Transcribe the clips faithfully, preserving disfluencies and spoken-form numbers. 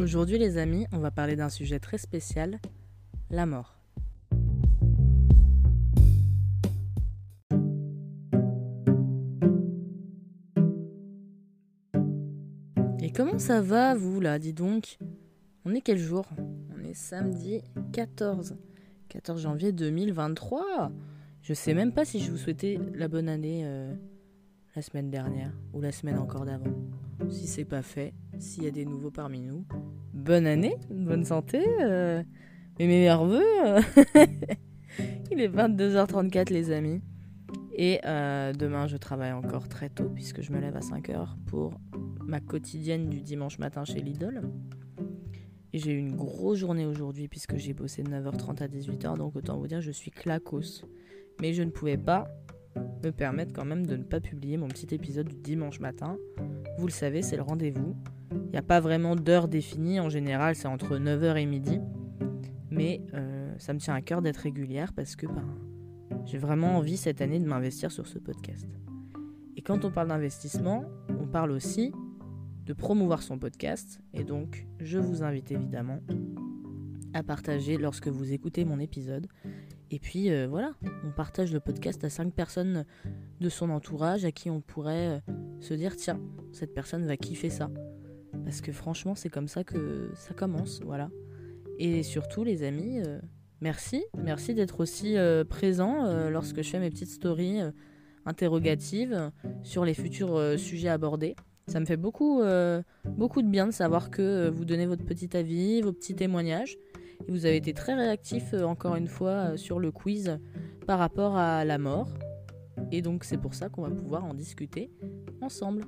Aujourd'hui les amis, on va parler d'un sujet très spécial, la mort. Et comment ça va vous là, dis donc? On est quel jour? On est samedi quatorze janvier deux mille vingt-trois. Je sais même pas si je vous souhaitais la bonne année euh, la semaine dernière ou la semaine encore d'avant. Si c'est pas fait, s'il y a des nouveaux parmi nous, bonne année, bonne santé, euh, mes meilleurs vœux. euh. Il est vingt-deux heures trente-quatre les amis. Et euh, demain je travaille encore très tôt puisque je me lève à cinq heures pour ma quotidienne du dimanche matin chez Lidl. Et j'ai eu une grosse journée aujourd'hui puisque j'ai bossé de neuf heures trente à dix-huit heures, donc autant vous dire je suis claquos. Mais je ne pouvais pas me permettre quand même de ne pas publier mon petit épisode du dimanche matin. Vous le savez, c'est le rendez-vous. Il n'y a pas vraiment d'heure définie, en général c'est entre neuf heures et midi. Mais euh, ça me tient à cœur d'être régulière parce que ben, j'ai vraiment envie cette année de m'investir sur ce podcast. Et quand on parle d'investissement, on parle aussi de promouvoir son podcast. Et donc, je vous invite évidemment à partager lorsque vous écoutez mon épisode. Et puis euh, voilà, on partage le podcast à cinq personnes de son entourage à qui on pourrait euh, se dire tiens, cette personne va kiffer ça. Parce que franchement, c'est comme ça que ça commence, voilà. Et surtout, les amis, euh, merci. Merci d'être aussi euh, présents euh, lorsque je fais mes petites stories euh, interrogatives euh, sur les futurs euh, sujets abordés. Ça me fait beaucoup, euh, beaucoup de bien de savoir que euh, vous donnez votre petit avis, vos petits témoignages. Et vous avez été très réactifs, euh, encore une fois, euh, sur le quiz par rapport à la mort. Et donc c'est pour ça qu'on va pouvoir en discuter ensemble.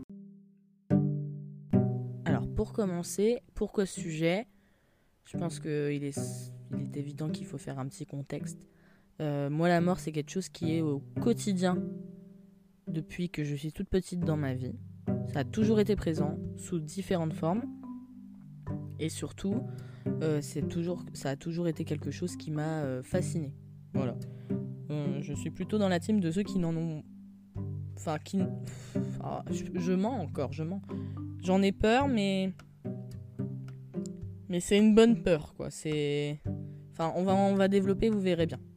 Alors pour commencer, pourquoi ce sujet ? Je pense qu'il est, il est évident qu'il faut faire un petit contexte. Euh, moi, la mort, c'est quelque chose qui est au quotidien depuis que je suis toute petite dans ma vie. Ça a toujours été présent, sous différentes formes. Et surtout, euh, c'est toujours, ça a toujours été quelque chose qui m'a euh, fascinée. Voilà. Euh, je suis plutôt dans la team de ceux qui n'en ont... Enfin, qui... Ah, je, je mens encore, je mens. J'en ai peur, mais... Mais c'est une bonne peur, quoi. C'est... Enfin, on va, on va développer, vous verrez bien.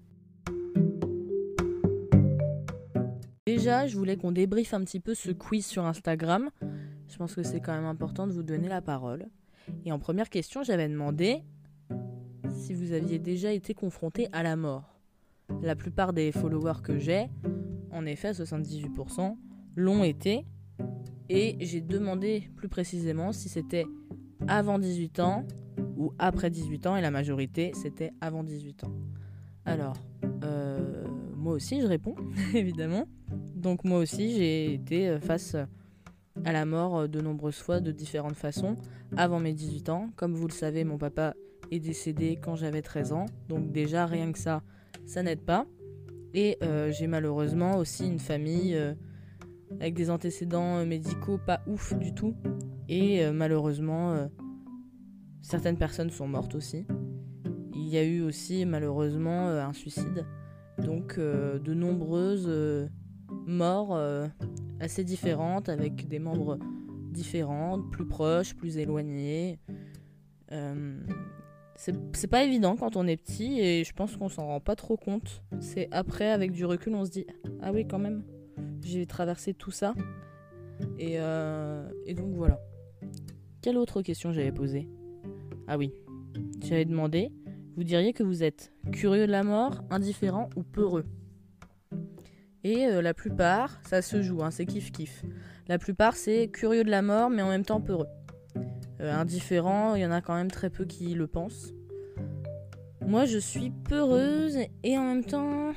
Déjà, je voulais qu'on débriefe un petit peu ce quiz sur Instagram. Je pense que c'est quand même important de vous donner la parole. Et en première question, j'avais demandé si vous aviez déjà été confronté à la mort. La plupart des followers que j'ai, en effet, soixante-dix-huit pour cent, l'ont été. Et j'ai demandé plus précisément si c'était avant dix-huit ans ou après dix-huit ans, et la majorité, c'était avant dix-huit ans. Alors, euh, moi aussi, je réponds, évidemment. Donc moi aussi, j'ai été face à la mort de nombreuses fois, de différentes façons, avant mes dix-huit ans. Comme vous le savez, mon papa est décédé quand j'avais treize ans. Donc déjà, rien que ça, ça n'aide pas. Et euh, j'ai malheureusement aussi une famille euh, avec des antécédents médicaux pas ouf du tout. Et euh, malheureusement, euh, certaines personnes sont mortes aussi. Il y a eu aussi malheureusement euh, un suicide. Donc euh, de nombreuses euh, morts euh, assez différentes, avec des membres différents, plus proches, plus éloignés. Euh, c'est, c'est pas évident quand on est petit et je pense qu'on s'en rend pas trop compte. C'est après, avec du recul, on se dit « Ah oui, quand même, j'ai traversé tout ça. » Et, euh, et donc voilà. Quelle autre question j'avais posée ? Ah oui, j'avais demandé, vous diriez que vous êtes curieux de la mort, indifférent ou peureux ? Et euh, la plupart, ça se joue, hein, c'est kiff-kiff. La plupart, c'est curieux de la mort, mais en même temps peureux. Euh, indifférent, il y en a quand même très peu qui le pensent. Moi, je suis peureuse et en même temps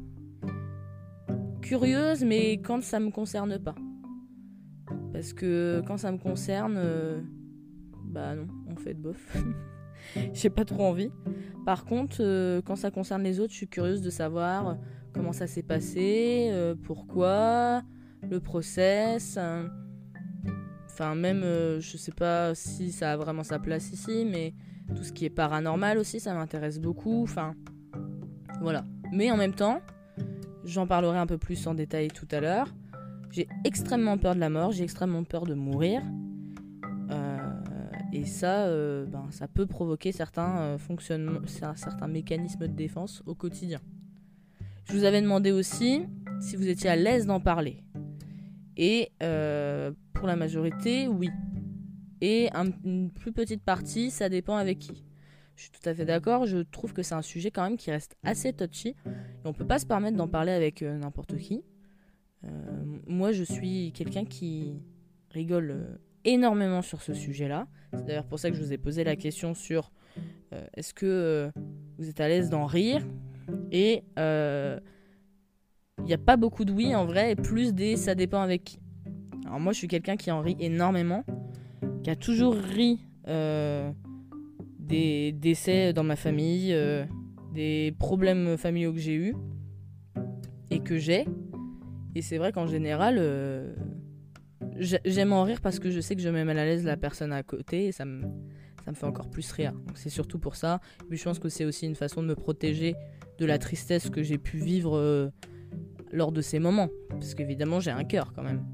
curieuse, mais quand ça me concerne pas. Parce que quand ça me concerne, euh, bah non, on fait de bof. J'ai pas trop envie. Par contre, euh, quand ça concerne les autres, je suis curieuse de savoir comment ça s'est passé, euh, pourquoi, le process. Euh, enfin, même, euh, je sais pas si ça a vraiment sa place ici, mais tout ce qui est paranormal aussi, ça m'intéresse beaucoup. Enfin, voilà. Mais en même temps, j'en parlerai un peu plus en détail tout à l'heure. J'ai extrêmement peur de la mort, j'ai extrêmement peur de mourir. Euh, et Et ça, euh, ben, ça peut provoquer certains, euh, fonctionnements, certains mécanismes de défense au quotidien. Je vous avais demandé aussi si vous étiez à l'aise d'en parler. Et euh, pour la majorité, oui. Et un, une plus petite partie, ça dépend avec qui. Je suis tout à fait d'accord, je trouve que c'est un sujet quand même qui reste assez touchy. Et on ne peut pas se permettre d'en parler avec euh, n'importe qui. Euh, moi, je suis quelqu'un qui rigole euh, énormément sur ce sujet-là. C'est d'ailleurs pour ça que je vous ai posé la question sur euh, est-ce que euh, vous êtes à l'aise d'en rire. Et il euh, n'y a pas beaucoup de oui en vrai, et plus des ça dépend avec qui. Alors moi, je suis quelqu'un qui en rit énormément, qui a toujours ri euh, des décès dans ma famille, euh, des problèmes familiaux que j'ai eus et que j'ai. Et c'est vrai qu'en général, euh, j'aime en rire parce que je sais que je mets mal à l'aise la personne à côté et ça me, ça me fait encore plus rire. Donc c'est surtout pour ça. Et puis je pense que c'est aussi une façon de me protéger de la tristesse que j'ai pu vivre euh, lors de ces moments. Parce qu'évidemment, j'ai un cœur quand même.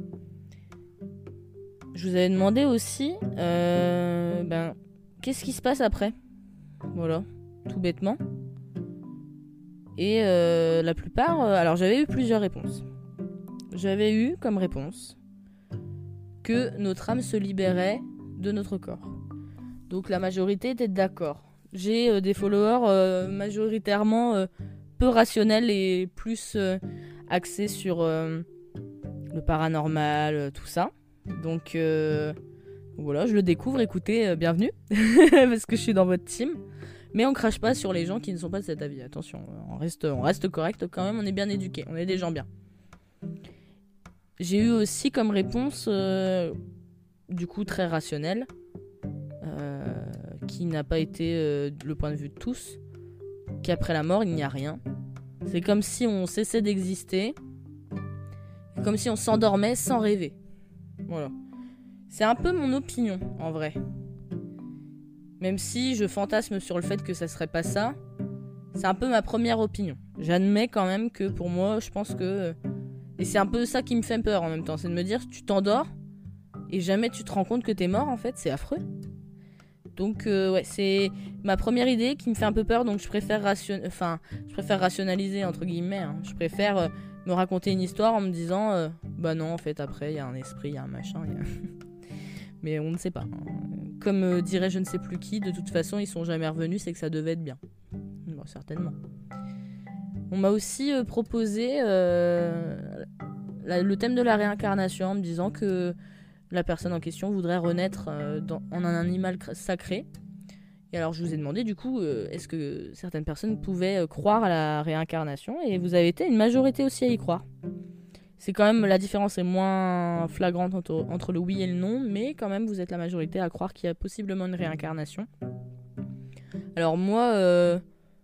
Je vous avais demandé aussi, euh, ben, qu'est-ce qui se passe après ? Voilà, tout bêtement. Et euh, la plupart... Euh, alors, j'avais eu plusieurs réponses. J'avais eu comme réponse que notre âme se libérait de notre corps. Donc, la majorité était d'accord. J'ai euh, des followers euh, majoritairement euh, peu rationnels et plus euh, axés sur euh, le paranormal, euh, tout ça. Donc, euh, voilà, je le découvre. Écoutez, euh, bienvenue. Parce que je suis dans votre team. Mais on crache pas sur les gens qui ne sont pas de cet avis. Attention, on reste, on reste correct quand même, on est bien éduqués, on est des gens bien. J'ai eu aussi comme réponse, euh, du coup très rationnelle, euh, qui n'a pas été euh, le point de vue de tous, qu'après la mort, il n'y a rien. C'est comme si on cessait d'exister, comme si on s'endormait sans rêver. Voilà. C'est un peu mon opinion, en vrai. Même si je fantasme sur le fait que ça serait pas ça, c'est un peu ma première opinion. J'admets quand même que pour moi, je pense que... Et c'est un peu ça qui me fait peur en même temps. C'est de me dire, tu t'endors et jamais tu te rends compte que t'es mort en fait. C'est affreux. Donc euh, ouais, c'est ma première idée qui me fait un peu peur. Donc je préfère, ration... enfin, je préfère rationaliser entre guillemets. Hein. Je préfère euh, me raconter une histoire en me disant, euh, bah non en fait après il y a un esprit, il y a un machin. Y a... Mais on ne sait pas. Comme euh, dirait je ne sais plus qui, de toute façon, ils sont jamais revenus, c'est que ça devait être bien. Bon, certainement. On m'a aussi euh, proposé euh, la, le thème de la réincarnation en me disant que la personne en question voudrait renaître euh, dans, en un animal sacré. Et alors, je vous ai demandé, du coup, euh, est-ce que certaines personnes pouvaient euh, croire à la réincarnation ? Et vous avez été une majorité aussi à y croire. C'est quand même, la différence est moins flagrante entre, entre le oui et le non, mais quand même, vous êtes la majorité à croire qu'il y a possiblement une réincarnation. Alors moi, euh,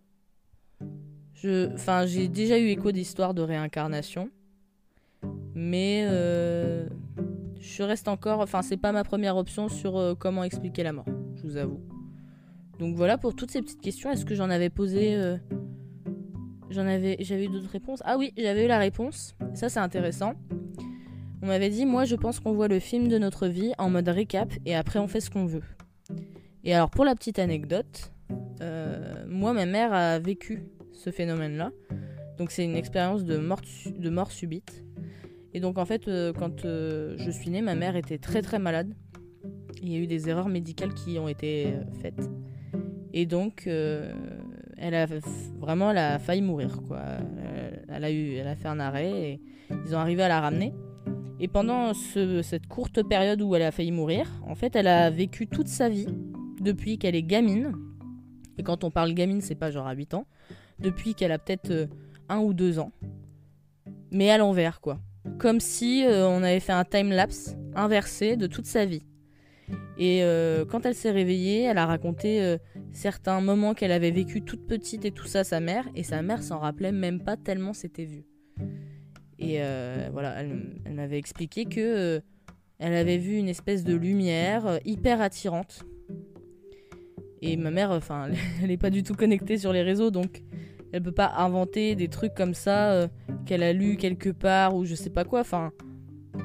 je, enfin, j'ai déjà eu écho d'histoires de réincarnation, mais euh, je reste encore, enfin, c'est pas ma première option sur euh, comment expliquer la mort, je vous avoue. Donc voilà pour toutes ces petites questions. Est-ce que j'en avais posé euh, J'en avais, j'avais eu d'autres réponses. Ah oui, j'avais eu la réponse. Ça, c'est intéressant. On m'avait dit, moi, je pense qu'on voit le film de notre vie en mode récap et après, on fait ce qu'on veut. Et alors, pour la petite anecdote, euh, moi, ma mère a vécu ce phénomène-là. Donc, c'est une expérience de mort, de mort subite. Et donc, en fait, euh, quand euh, je suis née, ma mère était très, très malade. Il y a eu des erreurs médicales qui ont été euh, faites. Et donc... Euh, Elle a vraiment, elle a failli mourir, quoi. Elle a eu, elle a fait un arrêt et ils ont arrivé à la ramener. Et pendant ce, cette courte période où elle a failli mourir, en fait, elle a vécu toute sa vie depuis qu'elle est gamine. Et quand on parle gamine, c'est pas genre à huit ans. Depuis qu'elle a peut-être un ou deux ans. Mais à l'envers, quoi. Comme si euh, on avait fait un time-lapse inversé de toute sa vie. Et euh, quand elle s'est réveillée, elle a raconté euh, certains moments qu'elle avait vécu toute petite et tout ça à sa mère. Et sa mère s'en rappelait même pas tellement c'était vu. Et euh, voilà, elle, elle m'avait expliqué que euh, elle avait vu une espèce de lumière euh, hyper attirante. Et ma mère, enfin, elle est pas du tout connectée sur les réseaux, donc elle peut pas inventer des trucs comme ça euh, qu'elle a lu quelque part ou je sais pas quoi. Enfin,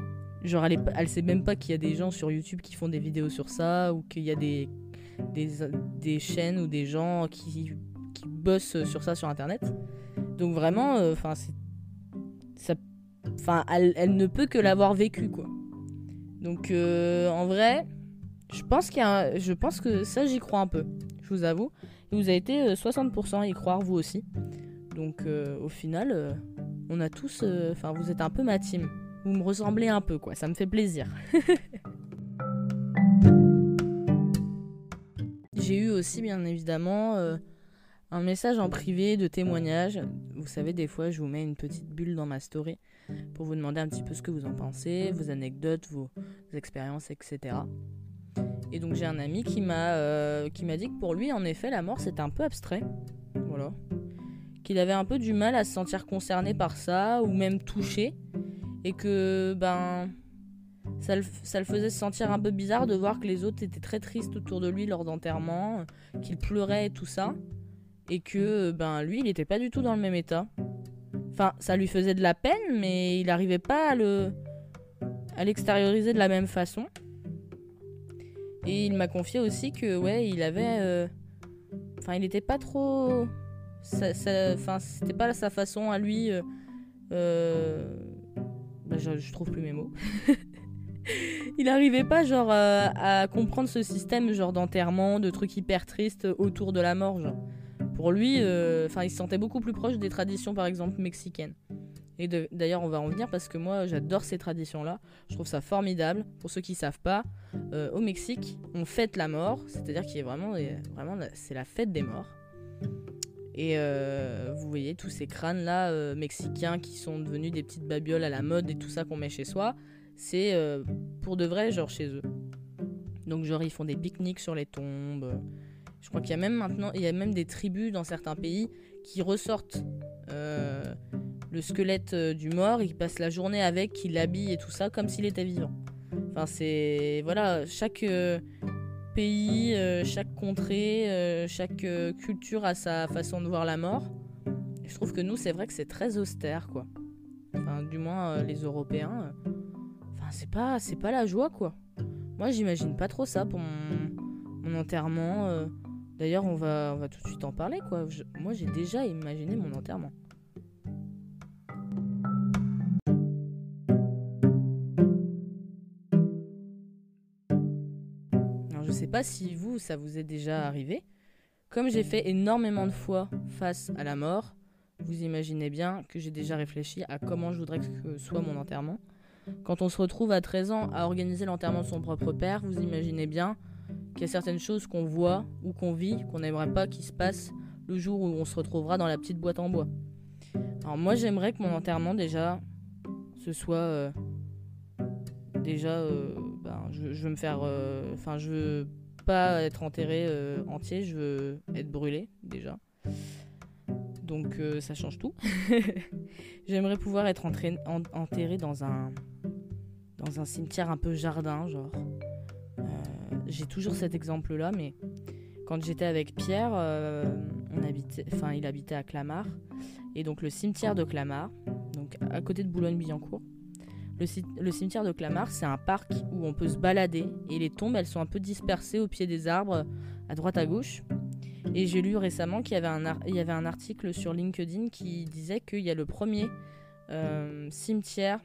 genre, elle, est, elle sait même pas qu'il y a des gens sur YouTube qui font des vidéos sur ça, ou qu'il y a des, des, des chaînes ou des gens qui, qui bossent sur ça sur Internet. Donc vraiment, enfin, euh, c'est... Ça, enfin, elle, elle ne peut que l'avoir vécu, quoi. Donc, euh, en vrai, je pense, qu'il y a un, je pense que ça, j'y crois un peu, je vous avoue. Et vous avez été soixante pour cent à y croire, vous aussi. Donc, euh, au final, euh, on a tous... Enfin, euh, vous êtes un peu ma team. Vous me ressemblez un peu, quoi. Ça me fait plaisir. J'ai eu aussi, bien évidemment, euh, un message en privé de témoignage. Vous savez, des fois, je vous mets une petite bulle dans ma story pour vous demander un petit peu ce que vous en pensez, vos anecdotes, vos expériences, et cetera. Et donc, j'ai un ami qui m'a, euh, qui m'a dit que pour lui, en effet, la mort, c'était un peu abstrait. Voilà. Qu'il avait un peu du mal à se sentir concerné par ça, ou même touché. Et que, ben... Ça le, ça le faisait se sentir un peu bizarre de voir que les autres étaient très tristes autour de lui lors d'enterrement, qu'il pleurait et tout ça. Et que, ben, lui, il était pas du tout dans le même état. Enfin, ça lui faisait de la peine, mais il n'arrivait pas à le... à l'extérioriser de la même façon. Et il m'a confié aussi que, ouais, il avait... euh, Enfin, il était pas trop... Ça, ça... Enfin, c'était pas sa façon à lui... Euh... euh... Ben, je, je trouve plus mes mots. Il arrivait pas, genre, euh, à comprendre ce système, genre, d'enterrement, de trucs hyper tristes autour de la mort, genre. Pour lui, euh, il se sentait beaucoup plus proche des traditions, par exemple, mexicaines. Et de, d'ailleurs, on va en venir parce que moi, j'adore ces traditions-là. Je trouve ça formidable. Pour ceux qui ne savent pas, euh, au Mexique, on fête la mort. C'est-à-dire qu'il y a vraiment, vraiment c'est la fête des morts. Et euh, vous voyez tous ces crânes-là euh, mexicains qui sont devenus des petites babioles à la mode et tout ça qu'on met chez soi. C'est euh, pour de vrai, genre, chez eux. Donc, genre, ils font des pique-niques sur les tombes. Je crois qu'il y a même maintenant, il y a même des tribus dans certains pays qui ressortent euh, le squelette euh, du mort et qui passent la journée avec, qui l'habillent et tout ça comme s'il était vivant. Enfin, c'est... Voilà, chaque euh, pays, euh, chaque contrée, euh, chaque euh, culture a sa façon de voir la mort. Et je trouve que nous, c'est vrai que c'est très austère, quoi. Enfin, du moins, euh, les Européens... Euh, enfin, c'est pas, c'est pas la joie, quoi. Moi, j'imagine pas trop ça pour mon, mon enterrement... Euh, D'ailleurs, on va, on va tout de suite en parler, quoi. Je, moi, j'ai déjà imaginé mon enterrement. Alors, je sais pas si vous, ça vous est déjà arrivé. Comme j'ai fait énormément de fois face à la mort, vous imaginez bien que j'ai déjà réfléchi à comment je voudrais que soit mon enterrement. Quand on se retrouve à treize ans à organiser l'enterrement de son propre père, vous imaginez bien qu'il y a certaines choses qu'on voit ou qu'on vit, qu'on n'aimerait pas qu'il se passe le jour où on se retrouvera dans la petite boîte en bois. Alors moi, j'aimerais que mon enterrement, déjà, ce soit... Euh, déjà, euh, ben, je, je veux me faire... Enfin, euh, je veux pas être enterré euh, entier, je veux être brûlé, déjà. Donc, euh, ça change tout. J'aimerais pouvoir être entraîné, en, enterré dans un, dans un cimetière un peu jardin, genre... J'ai toujours cet exemple-là, mais quand j'étais avec Pierre, euh, on habitait, enfin, il habitait à Clamart, et donc le cimetière de Clamart, donc à côté de Boulogne-Billancourt. Le, le cimetière de Clamart, c'est un parc où on peut se balader, et les tombes, elles sont un peu dispersées au pied des arbres, à droite à gauche. Et j'ai lu récemment qu'il y avait un, ar- il y avait un article sur LinkedIn qui disait qu'il y a le premier euh, cimetière...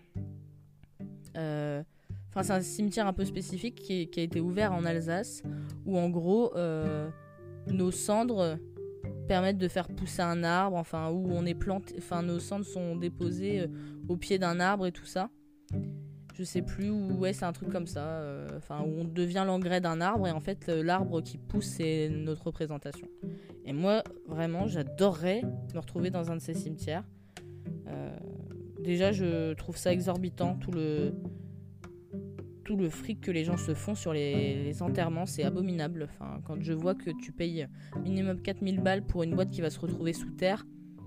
Euh, Enfin, c'est un cimetière un peu spécifique qui, est, qui a été ouvert en Alsace, où en gros, euh, nos cendres permettent de faire pousser un arbre, enfin, où on est planté, enfin, nos cendres sont déposées euh, au pied d'un arbre et tout ça. Je sais plus où, ouais, c'est un truc comme ça, euh, enfin, où on devient l'engrais d'un arbre et en fait, l'arbre qui pousse, c'est notre représentation. Et moi, vraiment, j'adorerais me retrouver dans un de ces cimetières. Euh, déjà, je trouve ça exorbitant, tout le... tout le fric que les gens se font sur les, les enterrements, c'est abominable. Enfin, quand je vois que tu payes minimum quatre mille balles pour une boîte qui va se retrouver sous terre,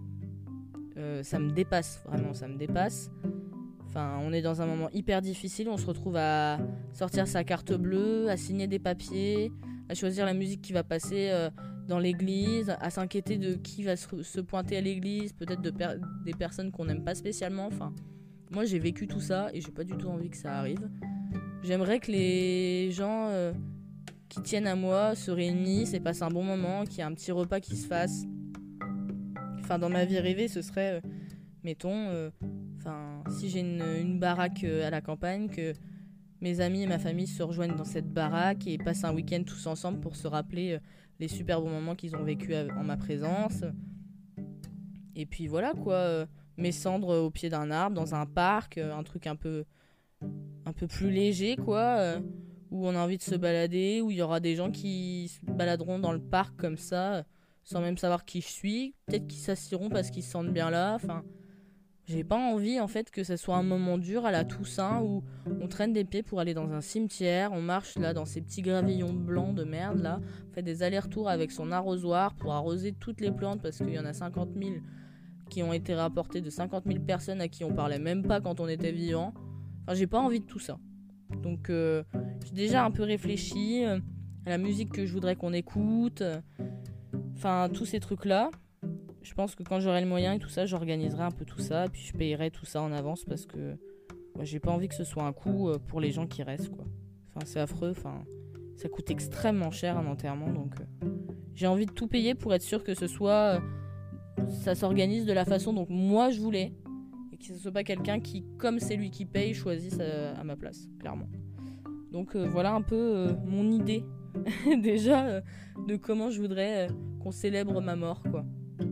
euh, ça me dépasse, vraiment, ça me dépasse. Enfin, on est dans un moment hyper difficile, on se retrouve à sortir sa carte bleue, à signer des papiers, à choisir la musique qui va passer euh, dans l'église, à s'inquiéter de qui va se, se pointer à l'église, peut-être de per- des personnes qu'on n'aime pas spécialement, enfin... moi j'ai vécu tout ça et j'ai pas du tout envie que ça arrive. J'aimerais que les gens euh, qui tiennent à moi se réunissent et passent un bon moment, qu'il y ait un petit repas qui se fasse. Enfin, dans ma vie rêvée, ce serait, euh, mettons, euh, enfin, si j'ai une, une baraque euh, à la campagne, que mes amis et ma famille se rejoignent dans cette baraque et passent un week-end tous ensemble pour se rappeler euh, les super bons moments qu'ils ont vécu en ma présence. Et puis voilà quoi, euh, mes cendres au pied d'un arbre, dans un parc, euh, un truc un peu, un peu plus léger quoi, euh, où on a envie de se balader, où il y aura des gens qui se baladeront dans le parc comme ça, euh, sans même savoir qui je suis. Peut-être qu'ils s'assiront parce qu'ils se sentent bien là, enfin... J'ai pas envie en fait que ça soit un moment dur à la Toussaint où on traîne des pieds pour aller dans un cimetière, on marche là dans ces petits gravillons blancs de merde là, on fait des allers-retours avec son arrosoir pour arroser toutes les plantes parce qu'il y en a cinquante mille qui ont été rapportées de cinquante mille personnes à qui on parlait même pas quand on était vivant. Enfin j'ai pas envie de tout ça. Donc euh, j'ai déjà un peu réfléchi euh, à la musique que je voudrais qu'on écoute, euh, enfin tous ces trucs là. Je pense que quand j'aurai le moyen et tout ça, j'organiserai un peu tout ça, et puis je payerai tout ça en avance parce que moi, j'ai pas envie que ce soit un coût pour les gens qui restent, quoi. Enfin, c'est affreux, enfin, ça coûte extrêmement cher un enterrement, donc euh, j'ai envie de tout payer pour être sûr que ce soit, euh, ça s'organise de la façon dont moi je voulais, et que ce soit pas quelqu'un qui, comme c'est lui qui paye, choisisse à, à ma place, clairement. Donc euh, voilà un peu euh, mon idée déjà euh, de comment je voudrais euh, qu'on célèbre ma mort, quoi.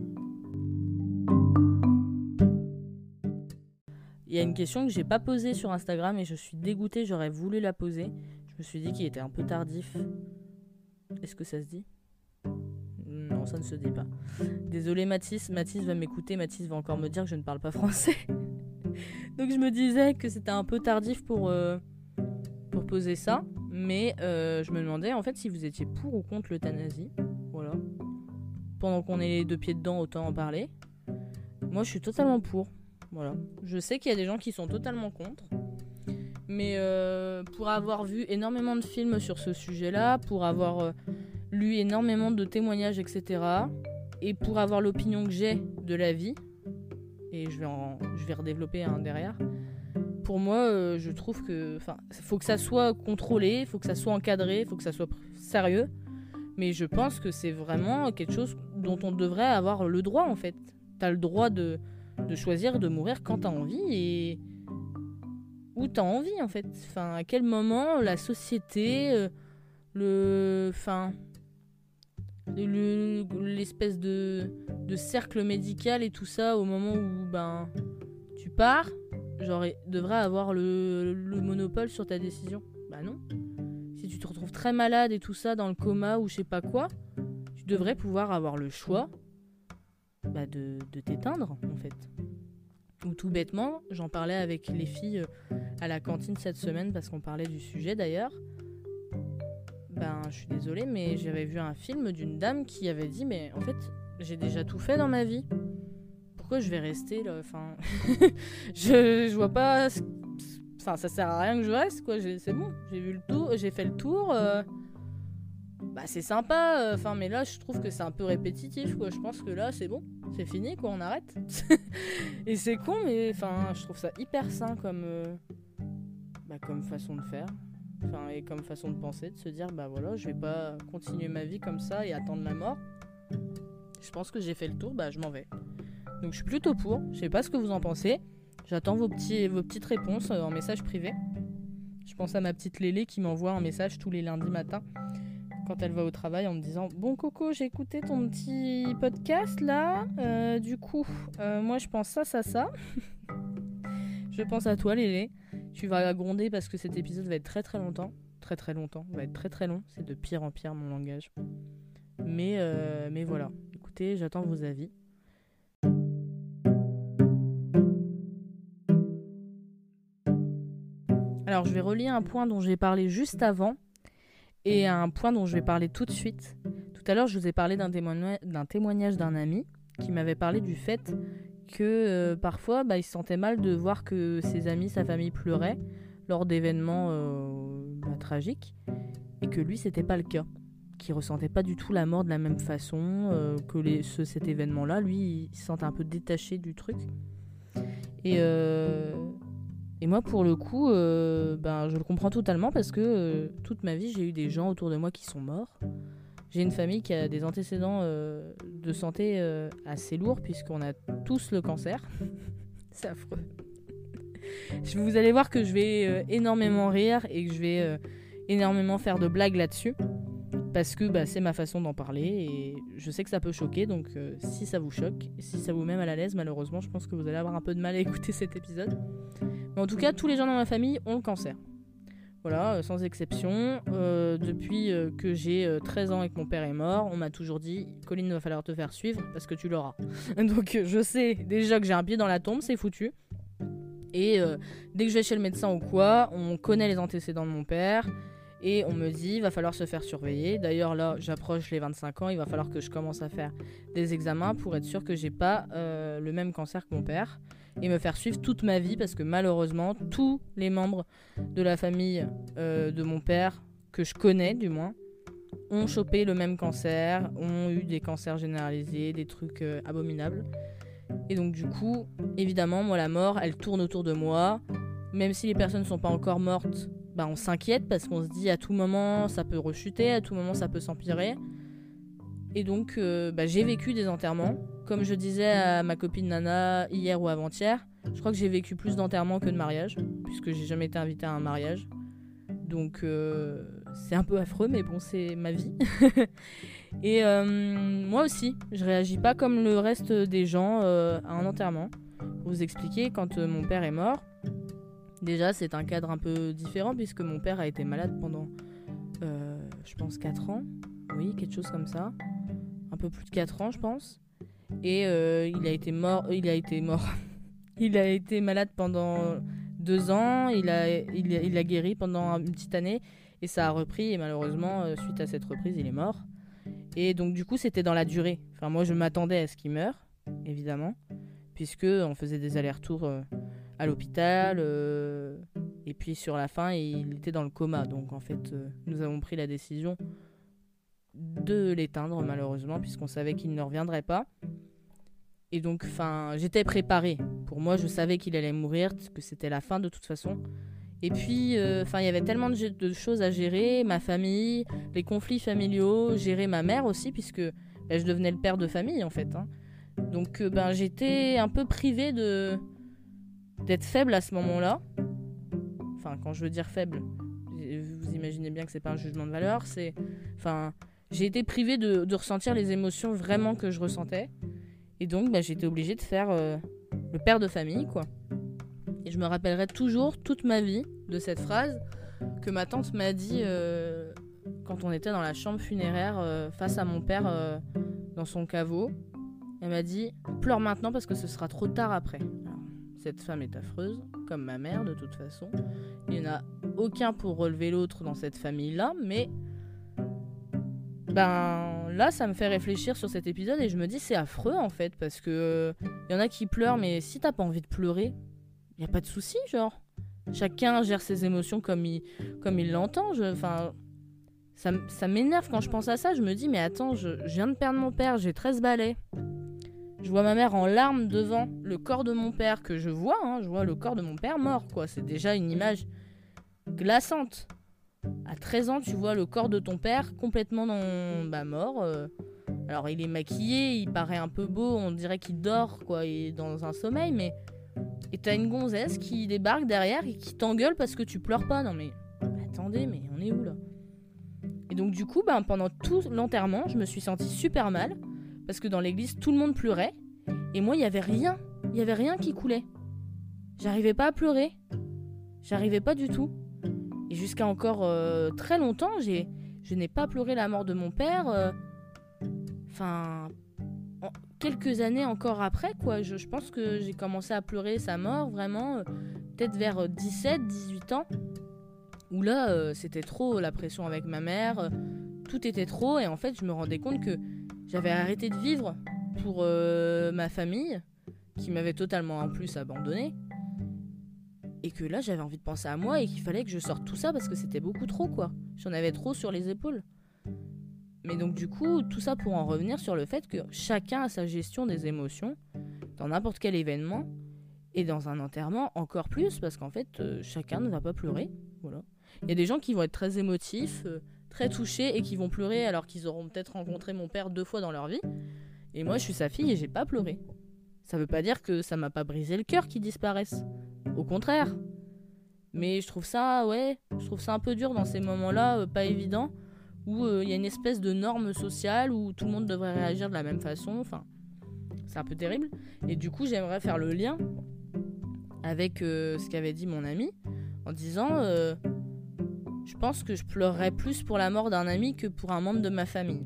Il y a une question que j'ai pas posée sur Instagram et je suis dégoûtée, j'aurais voulu la poser. Je me suis dit qu'il était un peu tardif. Est-ce que ça se dit ? Non, ça ne se dit pas. Désolée Mathis, Mathis va m'écouter, Mathis va encore me dire que je ne parle pas français. Donc je me disais que c'était un peu tardif pour, euh, pour poser ça, mais euh, je me demandais en fait si vous étiez pour ou contre l'euthanasie. Voilà. Pendant qu'on est les deux pieds dedans, autant en parler. Moi je suis totalement pour. Voilà. Je sais qu'il y a des gens qui sont totalement contre, mais euh, pour avoir vu énormément de films sur ce sujet-là, pour avoir euh, lu énormément de témoignages, et cetera, et pour avoir l'opinion que j'ai de la vie, et je vais, en, je vais redévelopper un derrière, pour moi, euh, je trouve que, enfin, faut que ça soit contrôlé, il faut que ça soit encadré, il faut que ça soit sérieux, mais je pense que c'est vraiment quelque chose dont on devrait avoir le droit, en fait. T'as le droit de... de choisir de mourir quand t'as envie et où t'as envie en fait. Enfin, à quel moment la société, euh, le, enfin, le, l'espèce de, de cercle médical et tout ça, au moment où ben tu pars, genre devrait avoir le, le monopole sur ta décision. Bah non. Si tu te retrouves très malade et tout ça dans le coma ou je sais pas quoi, tu devrais pouvoir avoir le choix. Bah de, de t'éteindre en fait. Ou tout bêtement, j'en parlais avec les filles à la cantine cette semaine parce qu'on parlait du sujet d'ailleurs. Ben je suis désolée mais j'avais vu un film d'une dame qui avait dit mais en fait j'ai déjà tout fait dans ma vie. Pourquoi je vais rester là, enfin je, je vois pas, enfin ça sert à rien que je reste quoi, j'ai, c'est bon, j'ai vu le tour, j'ai fait le tour. Euh... Bah c'est sympa, enfin euh, mais là je trouve que c'est un peu répétitif quoi. Je pense que là c'est bon, c'est fini quoi, on arrête. Et c'est con mais enfin je trouve ça hyper sain comme euh, bah, comme façon de faire, enfin et comme façon de penser, de se dire bah voilà je vais pas continuer ma vie comme ça et attendre la mort. Je pense que j'ai fait le tour, bah je m'en vais. Donc je suis plutôt pour. Je sais pas ce que vous en pensez. J'attends vos petits vos petites réponses euh, en message privé. Je pense à ma petite Lélé qui m'envoie un message tous les lundis matins. Quand elle va au travail en me disant « Bon Coco, j'ai écouté ton petit podcast là, euh, du coup, euh, moi je pense ça, ça, ça. » Je pense à toi Lélé. Tu vas gronder parce que cet épisode va être très très longtemps. Très très longtemps, va être très très long. C'est de pire en pire mon langage. Mais, euh, mais voilà, écoutez, j'attends vos avis. Alors je vais relier un point dont j'ai parlé juste avant. Et un point dont je vais parler tout de suite. Tout à l'heure, je vous ai parlé d'un, témoignage, d'un témoignage d'un ami qui m'avait parlé du fait que euh, parfois, bah, il se sentait mal de voir que ses amis, sa famille pleuraient lors d'événements euh, bah, tragiques et que lui, c'était pas le cas. Qu'il ressentait pas du tout la mort de la même façon euh, que les, ce, cet événement-là. Lui, il se sentait un peu détaché du truc. Et, euh, Et moi, pour le coup, euh, ben, je le comprends totalement parce que euh, toute ma vie, j'ai eu des gens autour de moi qui sont morts. J'ai une famille qui a des antécédents euh, de santé euh, assez lourds puisqu'on a tous le cancer. C'est affreux. Vous allez voir que je vais euh, énormément rire et que je vais euh, énormément faire de blagues là-dessus. Parce que bah, c'est ma façon d'en parler et je sais que ça peut choquer, donc euh, si ça vous choque, si ça vous met mal à l'aise, malheureusement, je pense que vous allez avoir un peu de mal à écouter cet épisode. Mais en tout cas, tous les gens dans ma famille ont le cancer. Voilà, euh, sans exception. Euh, depuis euh, que j'ai euh, treize ans et que mon père est mort, on m'a toujours dit « Colline, il va falloir te faire suivre parce que tu l'auras. » Donc euh, je sais déjà que j'ai un pied dans la tombe, c'est foutu. Et euh, dès que je vais chez le médecin ou quoi, on connaît les antécédents de mon père. Et on me dit, il va falloir se faire surveiller. D'ailleurs, là, j'approche les vingt-cinq ans. Il va falloir que je commence à faire des examens pour être sûr que j'ai pas euh, le même cancer que mon père. Et me faire suivre toute ma vie parce que malheureusement, tous les membres de la famille euh, de mon père, que je connais du moins, ont chopé le même cancer, ont eu des cancers généralisés, des trucs euh, abominables. Et donc du coup, évidemment, moi, la mort, elle tourne autour de moi. Même si les personnes ne sont pas encore mortes, bah on s'inquiète parce qu'on se dit à tout moment ça peut rechuter, à tout moment ça peut s'empirer. Et donc euh, bah, j'ai vécu des enterrements. Comme je disais à ma copine Nana hier ou avant-hier, je crois que j'ai vécu plus d'enterrements que de mariages, puisque j'ai jamais été invitée à un mariage. Donc euh, c'est un peu affreux, mais bon, c'est ma vie. Et euh, moi aussi, je réagis pas comme le reste des gens euh, à un enterrement. Pour vous expliquer, quand euh, mon père est mort, déjà, c'est un cadre un peu différent puisque mon père a été malade pendant, euh, je pense, quatre ans. Oui, quelque chose comme ça. Un peu plus de quatre ans, je pense. Et euh, il a été mort... Il a été mort. Il a été malade pendant deux ans. Il a, il, a, il a guéri pendant une petite année. Et ça a repris. Et malheureusement, euh, suite à cette reprise, il est mort. Et donc, du coup, c'était dans la durée. Enfin, moi, je m'attendais à ce qu'il meure, évidemment. Puisqu'on faisait des allers-retours... Euh, à l'hôpital euh, et puis sur la fin il était dans le coma, donc en fait euh, nous avons pris la décision de l'éteindre malheureusement puisqu'on savait qu'il ne reviendrait pas. Et donc enfin j'étais préparée, pour moi je savais qu'il allait mourir, que c'était la fin de toute façon. Et puis enfin euh, il y avait tellement de, de choses à gérer, ma famille, les conflits familiaux, gérer ma mère aussi puisque ben, je devenais le père de famille en fait hein. Donc euh, ben j'étais un peu privée de d'être faible à ce moment-là. Enfin, quand je veux dire faible, vous imaginez bien que c'est pas un jugement de valeur, c'est... Enfin, j'ai été privée de, de ressentir les émotions vraiment que je ressentais. Et donc, bah, j'ai été obligée de faire euh, le père de famille, quoi. Et je me rappellerai toujours, toute ma vie, de cette phrase que ma tante m'a dit euh, quand on était dans la chambre funéraire euh, face à mon père euh, dans son caveau. Elle m'a dit « Pleure maintenant parce que ce sera trop tard après ». Cette femme est affreuse, comme ma mère de toute façon. Il n'y en a aucun pour relever l'autre dans cette famille-là, mais ben là, ça me fait réfléchir sur cet épisode et je me dis c'est affreux en fait, parce que il y en a qui pleurent, mais si t'as pas envie de pleurer, y a pas de souci, genre. Chacun gère ses émotions comme il comme il l'entend. Enfin, ça, ça m'énerve quand je pense à ça. Je me dis mais attends, je, je viens de perdre mon père, j'ai treize balais. Je vois ma mère en larmes devant le corps de mon père, que je vois, hein, je vois le corps de mon père mort, quoi. C'est déjà une image glaçante. À treize ans, tu vois le corps de ton père complètement dans... bah, mort. Euh... Alors, il est maquillé, il paraît un peu beau, on dirait qu'il dort, quoi, il est dans un sommeil, mais... Et t'as une gonzesse qui débarque derrière et qui t'engueule parce que tu pleures pas. Non mais, attendez, mais on est où, là? Et donc, du coup, bah, pendant tout l'enterrement, je me suis sentie super mal. Parce que dans l'église, tout le monde pleurait. Et moi, il n'y avait rien. Il n'y avait rien qui coulait. J'arrivais pas à pleurer. J'arrivais pas du tout. Et jusqu'à encore euh, très longtemps, j'ai, je n'ai pas pleuré la mort de mon père. Enfin, euh, quelques années encore après, quoi. Je, je pense que j'ai commencé à pleurer sa mort, vraiment, euh, peut-être vers dix-sept, dix-huit ans. Où là, euh, c'était trop, la pression avec ma mère. Euh, tout était trop. Et en fait, je me rendais compte que j'avais arrêté de vivre pour euh, ma famille, qui m'avait totalement en plus abandonné. Et que là, j'avais envie de penser à moi et qu'il fallait que je sorte tout ça parce que c'était beaucoup trop, quoi. J'en avais trop sur les épaules. Mais donc, du coup, tout ça pour en revenir sur le fait que chacun a sa gestion des émotions dans n'importe quel événement. Et dans un enterrement, encore plus, parce qu'en fait, euh, chacun ne va pas pleurer. Voilà. Il y a des gens qui vont être très émotifs, euh, très touchés, et qui vont pleurer alors qu'ils auront peut-être rencontré mon père deux fois dans leur vie. Et moi, je suis sa fille et j'ai pas pleuré. Ça veut pas dire que ça m'a pas brisé le cœur qu'il disparaisse. Au contraire. Mais je trouve ça, ouais, je trouve ça un peu dur dans ces moments-là, euh, pas évident, où il euh, y a une espèce de norme sociale où tout le monde devrait réagir de la même façon. Enfin, c'est un peu terrible. Et du coup, j'aimerais faire le lien avec euh, ce qu'avait dit mon ami, en disant euh, je pense que je pleurerais plus pour la mort d'un ami que pour un membre de ma famille.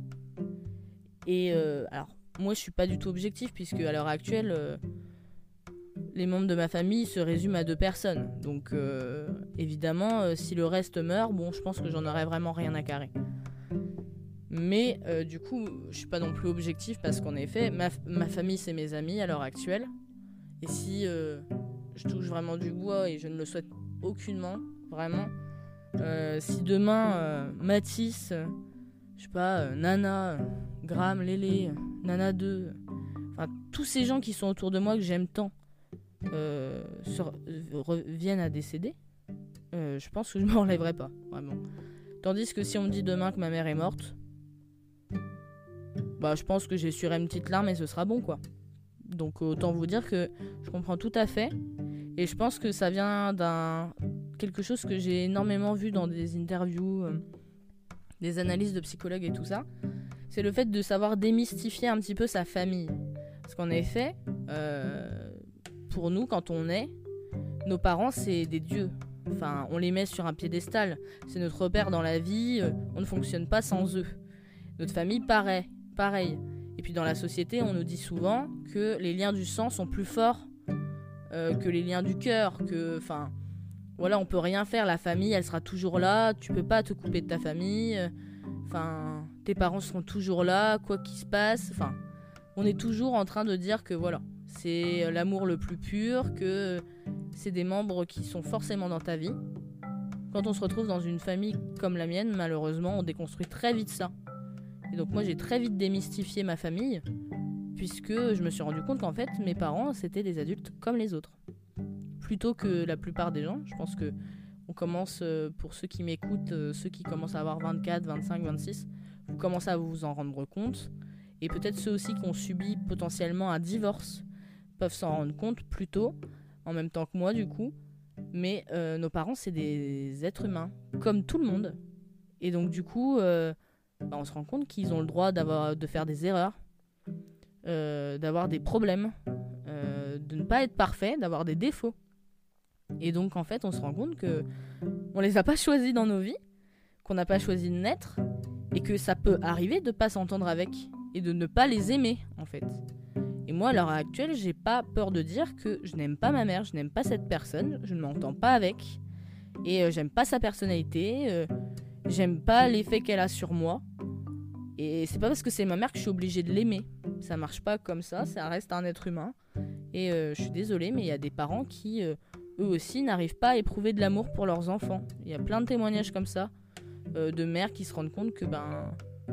Et euh, alors, moi je suis pas du tout objectif, puisque à l'heure actuelle, euh, les membres de ma famille se résument à deux personnes. Donc euh, évidemment, euh, si le reste meurt, bon, je pense que j'en aurais vraiment rien à carrer. Mais euh, du coup, je suis pas non plus objectif, parce qu'en effet, ma, ma famille c'est mes amis à l'heure actuelle. Et si... Euh, je touche vraiment du bois et je ne le souhaite aucunement, vraiment. Euh, si demain, euh, Mathis, euh, je sais pas, euh, Nana, euh, Graham, Lélé, euh, Nana deux, enfin, tous ces gens qui sont autour de moi que j'aime tant, euh, se re- reviennent à décéder, euh, je pense que je ne m'enlèverai pas, vraiment. Tandis que si on me dit demain que ma mère est morte, bah, je pense que j'essuierai une petite larme et ce sera bon, quoi. Donc autant vous dire que je comprends tout à fait. Et je pense que ça vient d'un quelque chose que j'ai énormément vu dans des interviews, euh, des analyses de psychologues et tout ça. C'est le fait de savoir démystifier un petit peu sa famille. Parce qu'en effet, euh, pour nous, quand on est, nos parents, c'est des dieux. Enfin, on les met sur un piédestal. C'est notre repère dans la vie. euh, On ne fonctionne pas sans eux. Notre famille, pareil. pareil. Et puis dans la société, on nous dit souvent que les liens du sang sont plus forts euh, que les liens du cœur, que, enfin, voilà, on peut rien faire, la famille, elle sera toujours là, tu peux pas te couper de ta famille, enfin, tes parents seront toujours là, quoi qu'il se passe, enfin, on est toujours en train de dire que, voilà, c'est l'amour le plus pur, que c'est des membres qui sont forcément dans ta vie. Quand on se retrouve dans une famille comme la mienne, malheureusement, on déconstruit très vite ça. Et donc moi, j'ai très vite démystifié ma famille, puisque je me suis rendu compte qu'en fait, mes parents, c'était des adultes comme les autres. Plutôt que la plupart des gens. Je pense que on commence, euh, pour ceux qui m'écoutent, euh, ceux qui commencent à avoir vingt-quatre, vingt-cinq, vingt-six, vous commencez à vous en rendre compte. Et peut-être ceux aussi qui ont subi potentiellement un divorce peuvent s'en rendre compte plus tôt, en même temps que moi du coup. Mais euh, nos parents, c'est des êtres humains, comme tout le monde. Et donc du coup, euh, bah, on se rend compte qu'ils ont le droit d'avoir, de faire des erreurs, Euh, d'avoir des problèmes, euh, de ne pas être parfait, d'avoir des défauts. Et donc en fait on se rend compte que on les a pas choisis dans nos vies, qu'on n'a pas choisi de naître, et que ça peut arriver de pas s'entendre avec et de ne pas les aimer en fait. Et moi à l'heure actuelle, j'ai pas peur de dire que je n'aime pas ma mère, je n'aime pas cette personne, je ne m'entends pas avec, et euh, j'aime pas sa personnalité, euh, j'aime pas l'effet qu'elle a sur moi. Et c'est pas parce que c'est ma mère que je suis obligée de l'aimer. Ça marche pas comme ça, ça reste un être humain. Et euh, je suis désolée, mais il y a des parents qui, euh, eux aussi, n'arrivent pas à éprouver de l'amour pour leurs enfants. Il y a plein de témoignages comme ça, euh, de mères qui se rendent compte que ben,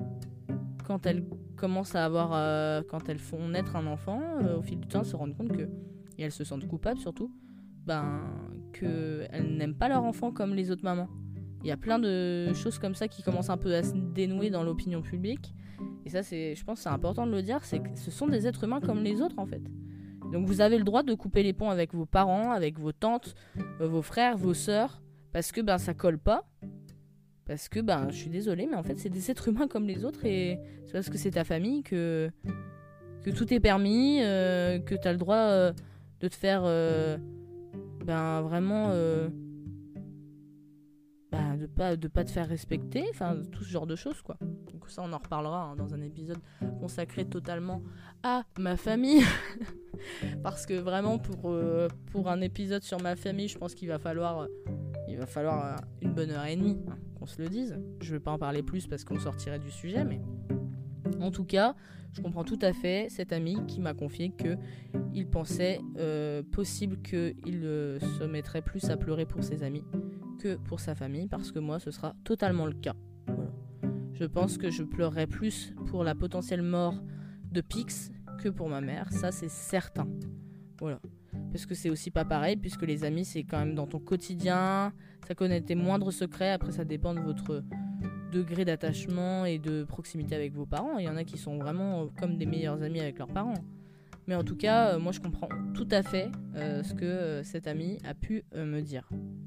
quand elles commencent à avoir, euh, quand elles font naître un enfant, euh, au fil du temps, elles se rendent compte que, et elles se sentent coupables surtout, ben, qu'elles n'aiment pas leur enfant comme les autres mamans. Il y a plein de choses comme ça qui commencent un peu à se dénouer dans l'opinion publique. Et ça, c'est, je pense que c'est important de le dire, c'est que ce sont des êtres humains comme les autres, en fait. Donc vous avez le droit de couper les ponts avec vos parents, avec vos tantes, euh, vos frères, vos sœurs, parce que ben, ça colle pas. Parce que, ben, je suis désolée, mais en fait, c'est des êtres humains comme les autres, et c'est parce que c'est ta famille que, que tout est permis, euh, que tu as le droit euh, de te faire, euh, ben, vraiment... Euh, Bah, de pas de pas te faire respecter, enfin tout ce genre de choses quoi. Donc ça on en reparlera hein, dans un épisode consacré totalement à ma famille parce que vraiment pour euh, pour un épisode sur ma famille, je pense qu'il va falloir euh, il va falloir euh, une bonne heure et demie hein, qu'on se le dise. Je vais pas en parler plus parce qu'on sortirait du sujet, mais en tout cas, je comprends tout à fait cet ami qui m'a confié que il pensait euh, possible qu'il euh, se mettrait plus à pleurer pour ses amis que pour sa famille, parce que moi ce sera totalement le cas. Voilà. Je pense que je pleurerai plus pour la potentielle mort de Pix que pour ma mère, ça c'est certain. Voilà. parce que c'est aussi pas pareil, puisque les amis, c'est quand même dans ton quotidien, ça connaît tes moindres secrets, après ça dépend de votre degré d'attachement et de proximité avec vos parents. Il y en a qui sont vraiment comme des meilleurs amis avec leurs parents. Mais en tout cas, euh, moi je comprends tout à fait euh, ce que euh, cet ami a pu euh, me dire.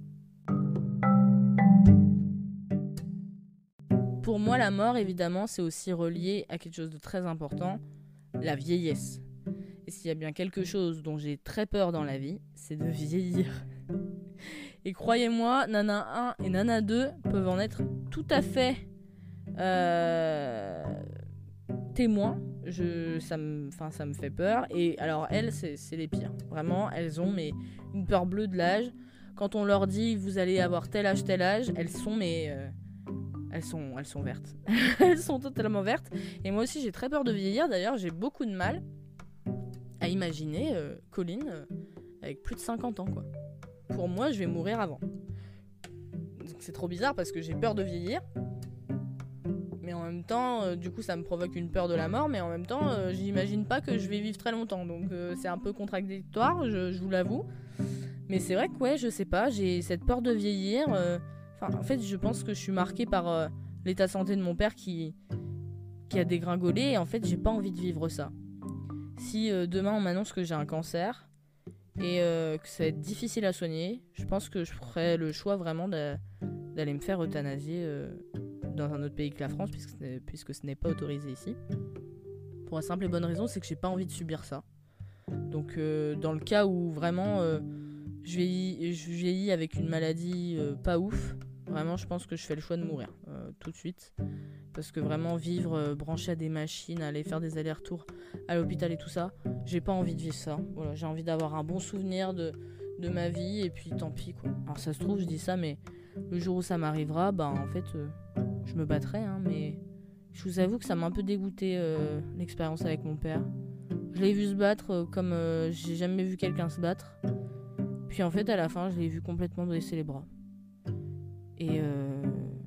Pour moi, la mort, évidemment, c'est aussi relié à quelque chose de très important, la vieillesse. Et s'il y a bien quelque chose dont j'ai très peur dans la vie, c'est de vieillir. Et croyez-moi, Nana un et Nana deux peuvent en être tout à fait euh, témoins. Je, ça, me, ça me fait peur. Et alors, elles, c'est, c'est les pires. Vraiment, elles ont mais, une peur bleue de l'âge. Quand on leur dit, vous allez avoir tel âge, tel âge, elles sont, mais... Euh, elles sont, elles sont vertes. Elles sont totalement vertes. Et moi aussi, j'ai très peur de vieillir. D'ailleurs, j'ai beaucoup de mal à imaginer euh, Colline euh, avec plus de cinquante ans, quoi. Pour moi, je vais mourir avant. Donc, c'est trop bizarre parce que j'ai peur de vieillir. Mais en même temps, euh, du coup, ça me provoque une peur de la mort. Mais en même temps, euh, j'imagine pas que je vais vivre très longtemps. Donc, euh, c'est un peu contradictoire, je, je vous l'avoue. Mais c'est vrai que, ouais, je sais pas, j'ai cette peur de vieillir. Euh, Enfin, en fait, je pense que je suis marquée par euh, l'état de santé de mon père qui, qui a dégringolé. Et en fait, j'ai pas envie de vivre ça. Si euh, demain, on m'annonce que j'ai un cancer et euh, que ça va être difficile à soigner, je pense que je ferai le choix vraiment de, d'aller me faire euthanasier euh, dans un autre pays que la France, puisque ce n'est, puisque ce n'est pas autorisé ici. Pour la simple et bonne raison, c'est que j'ai pas envie de subir ça. Donc, euh, dans le cas où vraiment... Euh, Je vieillis, je vieillis avec une maladie euh, pas ouf. Vraiment, je pense que je fais le choix de mourir euh, tout de suite. Parce que vraiment, vivre euh, branché à des machines, aller faire des allers-retours à l'hôpital et tout ça, j'ai pas envie de vivre ça. Voilà, j'ai envie d'avoir un bon souvenir de, de ma vie et puis tant pis, quoi. Alors ça se trouve, je dis ça, mais le jour où ça m'arrivera, bah en fait, euh, je me battrai. Hein, mais je vous avoue que ça m'a un peu dégoûté euh, l'expérience avec mon père. Je l'ai vu se battre euh, comme euh, j'ai jamais vu quelqu'un se battre. Puis en fait, à la fin, je l'ai vu complètement baisser les bras. Et, euh...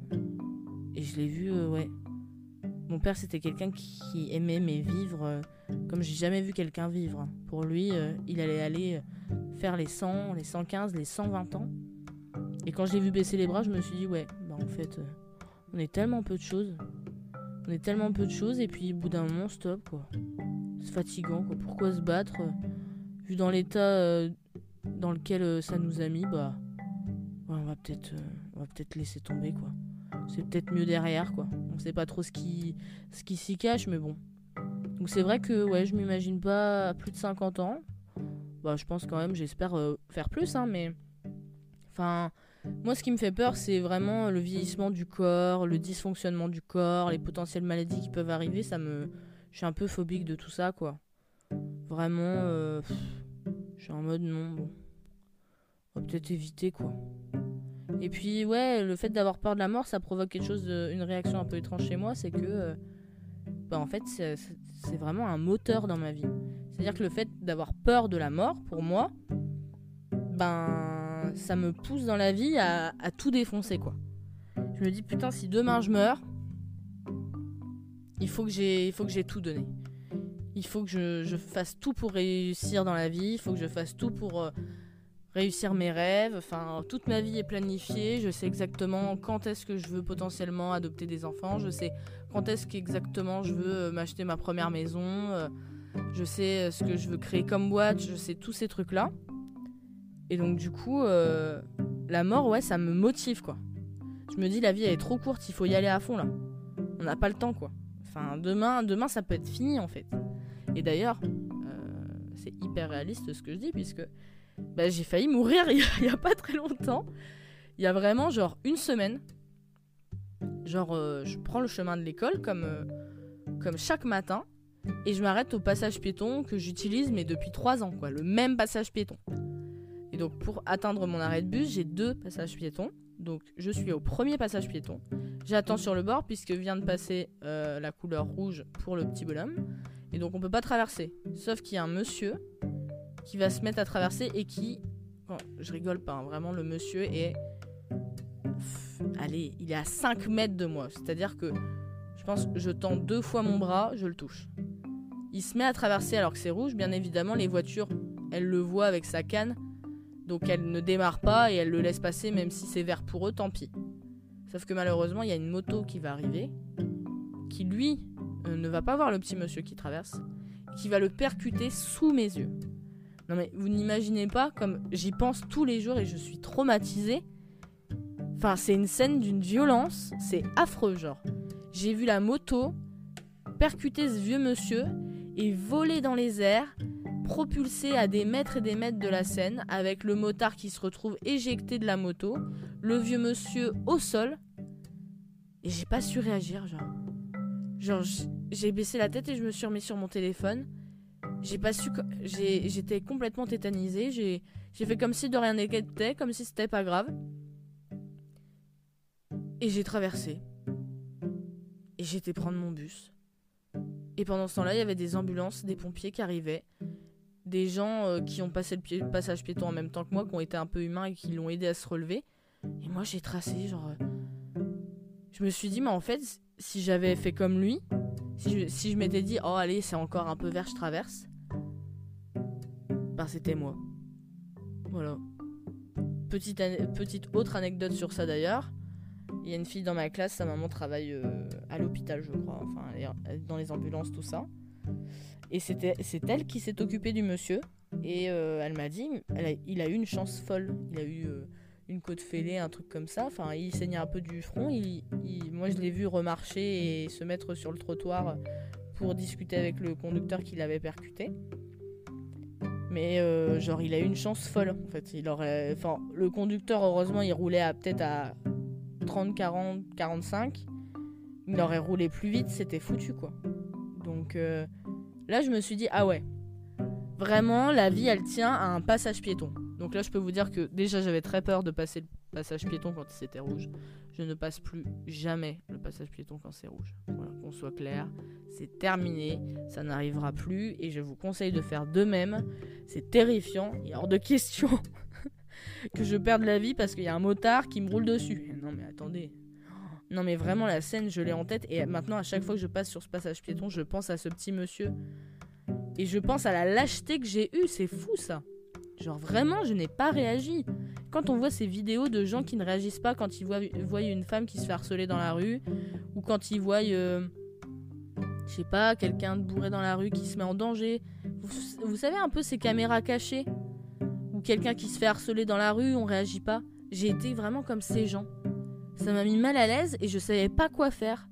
et je l'ai vu, euh, ouais. Mon père, c'était quelqu'un qui aimait mais vivre euh, comme j'ai jamais vu quelqu'un vivre. Pour lui, euh, il allait aller faire les cent, les cent quinze, les cent vingt ans. Et quand je l'ai vu baisser les bras, je me suis dit, ouais, bah en fait, euh, on est tellement peu de choses. On est tellement peu de choses, et puis au bout d'un moment, stop, quoi. C'est fatigant, quoi. Pourquoi se battre euh, vu dans l'état... Euh, dans lequel euh, ça nous a mis, bah ouais, on va peut-être euh, on va peut-être laisser tomber, quoi. C'est peut-être mieux derrière, quoi. On sait pas trop ce qui ce qui s'y cache, mais bon. Donc c'est vrai que ouais, je m'imagine pas à plus de cinquante ans. Bah je pense quand même, j'espère euh, faire plus, hein, mais enfin moi ce qui me fait peur, c'est vraiment le vieillissement du corps, le dysfonctionnement du corps, les potentielles maladies qui peuvent arriver. Ça me je suis un peu phobique de tout ça, quoi. Vraiment euh, pff, je suis en mode non, bon. On va peut-être éviter, quoi. Et puis, ouais, le fait d'avoir peur de la mort, ça provoque quelque chose, de, une réaction un peu étrange chez moi, c'est que, euh, bah, en fait, c'est, c'est, c'est vraiment un moteur dans ma vie. C'est-à-dire que le fait d'avoir peur de la mort, pour moi, ben, ça me pousse dans la vie à, à tout défoncer, quoi. Je me dis, putain, si demain je meurs, il faut que j'ai, il faut que j'ai tout donné. Il faut que je, je fasse tout pour réussir dans la vie, il faut que je fasse tout pour... Euh, réussir mes rêves, enfin toute ma vie est planifiée, je sais exactement quand est-ce que je veux potentiellement adopter des enfants, je sais quand est-ce qu'exactement je veux m'acheter ma première maison, euh, je sais ce que je veux créer comme boîte, je sais tous ces trucs-là. Et donc du coup, euh, la mort, ouais, ça me motive, quoi. Je me dis, la vie elle est trop courte, il faut y aller à fond là. On n'a pas le temps, quoi. Enfin, demain, demain ça peut être fini en fait. Et d'ailleurs, euh, c'est hyper réaliste ce que je dis, puisque bah, j'ai failli mourir il y a pas très longtemps. Il y a vraiment genre une semaine. Genre euh, je prends le chemin de l'école comme, euh, comme chaque matin. Et je m'arrête au passage piéton que j'utilise mais depuis trois ans, quoi. Le même passage piéton. Et donc pour atteindre mon arrêt de bus, j'ai deux passages piétons. Donc je suis au premier passage piéton. J'attends sur le bord puisque vient de passer euh, la couleur rouge pour le petit bonhomme. Et donc on peut pas traverser. Sauf qu'il y a un monsieur qui va se mettre à traverser et qui... Bon, je rigole pas, hein, vraiment, le monsieur est... Pff, allez, il est à cinq mètres de moi. C'est-à-dire que je pense que je tends deux fois mon bras, je le touche. Il se met à traverser alors que c'est rouge. Bien évidemment, les voitures elle le voit avec sa canne, donc elle ne démarre pas et elle le laisse passer même si c'est vert pour eux, tant pis. Sauf que malheureusement, il y a une moto qui va arriver, qui lui euh, ne va pas voir le petit monsieur qui traverse, qui va le percuter sous mes yeux. Non mais vous n'imaginez pas comme j'y pense tous les jours et je suis traumatisée. Enfin, c'est une scène d'une violence, c'est affreux genre. J'ai vu la moto percuter ce vieux monsieur et voler dans les airs, propulsé à des mètres et des mètres de la scène, avec le motard qui se retrouve éjecté de la moto, le vieux monsieur au sol, et j'ai pas su réagir, genre. Genre, j'ai baissé la tête et je me suis remis sur mon téléphone. J'ai pas su... J'ai, j'étais complètement tétanisée, j'ai, j'ai fait comme si de rien n'était, comme si c'était pas grave. Et j'ai traversé. Et j'ai été prendre mon bus. Et pendant ce temps-là, il y avait des ambulances, des pompiers qui arrivaient, des gens euh, qui ont passé le, pied, le passage piéton en même temps que moi, qui ont été un peu humains et qui l'ont aidé à se relever. Et moi, j'ai tracé, genre... Euh... Je me suis dit, mais en fait, si j'avais fait comme lui, si je, si je m'étais dit, oh allez, c'est encore un peu vert, je traverse, bah c'était moi. Voilà. Petite, an- petite autre anecdote sur ça d'ailleurs. Il y a une fille dans ma classe, sa maman travaille euh, à l'hôpital, je crois, enfin, elle est dans les ambulances, tout ça. Et c'était, c'est elle qui s'est occupée du monsieur. Et euh, elle m'a dit, elle a, il a eu une chance folle. Il a eu euh, une côte fêlée, un truc comme ça. Enfin, il saignait un peu du front. Il, il, moi, je l'ai vu remarcher et se mettre sur le trottoir pour discuter avec le conducteur qui l'avait percuté. Mais euh, genre, il a eu une chance folle. En fait, il aurait, enfin, le conducteur, heureusement, il roulait à peut-être à trente, quarante, quarante-cinq. Il aurait roulé plus vite, c'était foutu, quoi. Donc euh, là, je me suis dit, ah ouais, vraiment, la vie, elle tient à un passage piéton. Donc là, je peux vous dire que déjà, j'avais très peur de passer le passage piéton quand c'était rouge. Je ne passe plus jamais le passage piéton quand c'est rouge. Voilà, qu'on soit clair, c'est terminé, ça n'arrivera plus et je vous conseille de faire de même. C'est terrifiant, il est hors de question que je perde la vie parce qu'il y a un motard qui me roule dessus. Non mais attendez. Non mais vraiment la scène je l'ai en tête et maintenant à chaque fois que je passe sur ce passage piéton je pense à ce petit monsieur et je pense à la lâcheté que j'ai eue, c'est fou ça. Genre vraiment je n'ai pas réagi. Quand on voit ces vidéos de gens qui ne réagissent pas quand ils voient, voient une femme qui se fait harceler dans la rue ou quand ils voient euh, je sais pas quelqu'un de bourré dans la rue qui se met en danger, vous, vous savez un peu ces caméras cachées ou quelqu'un qui se fait harceler dans la rue, on réagit pas. J'ai été vraiment comme ces gens. Ça m'a mis mal à l'aise et je savais pas quoi faire.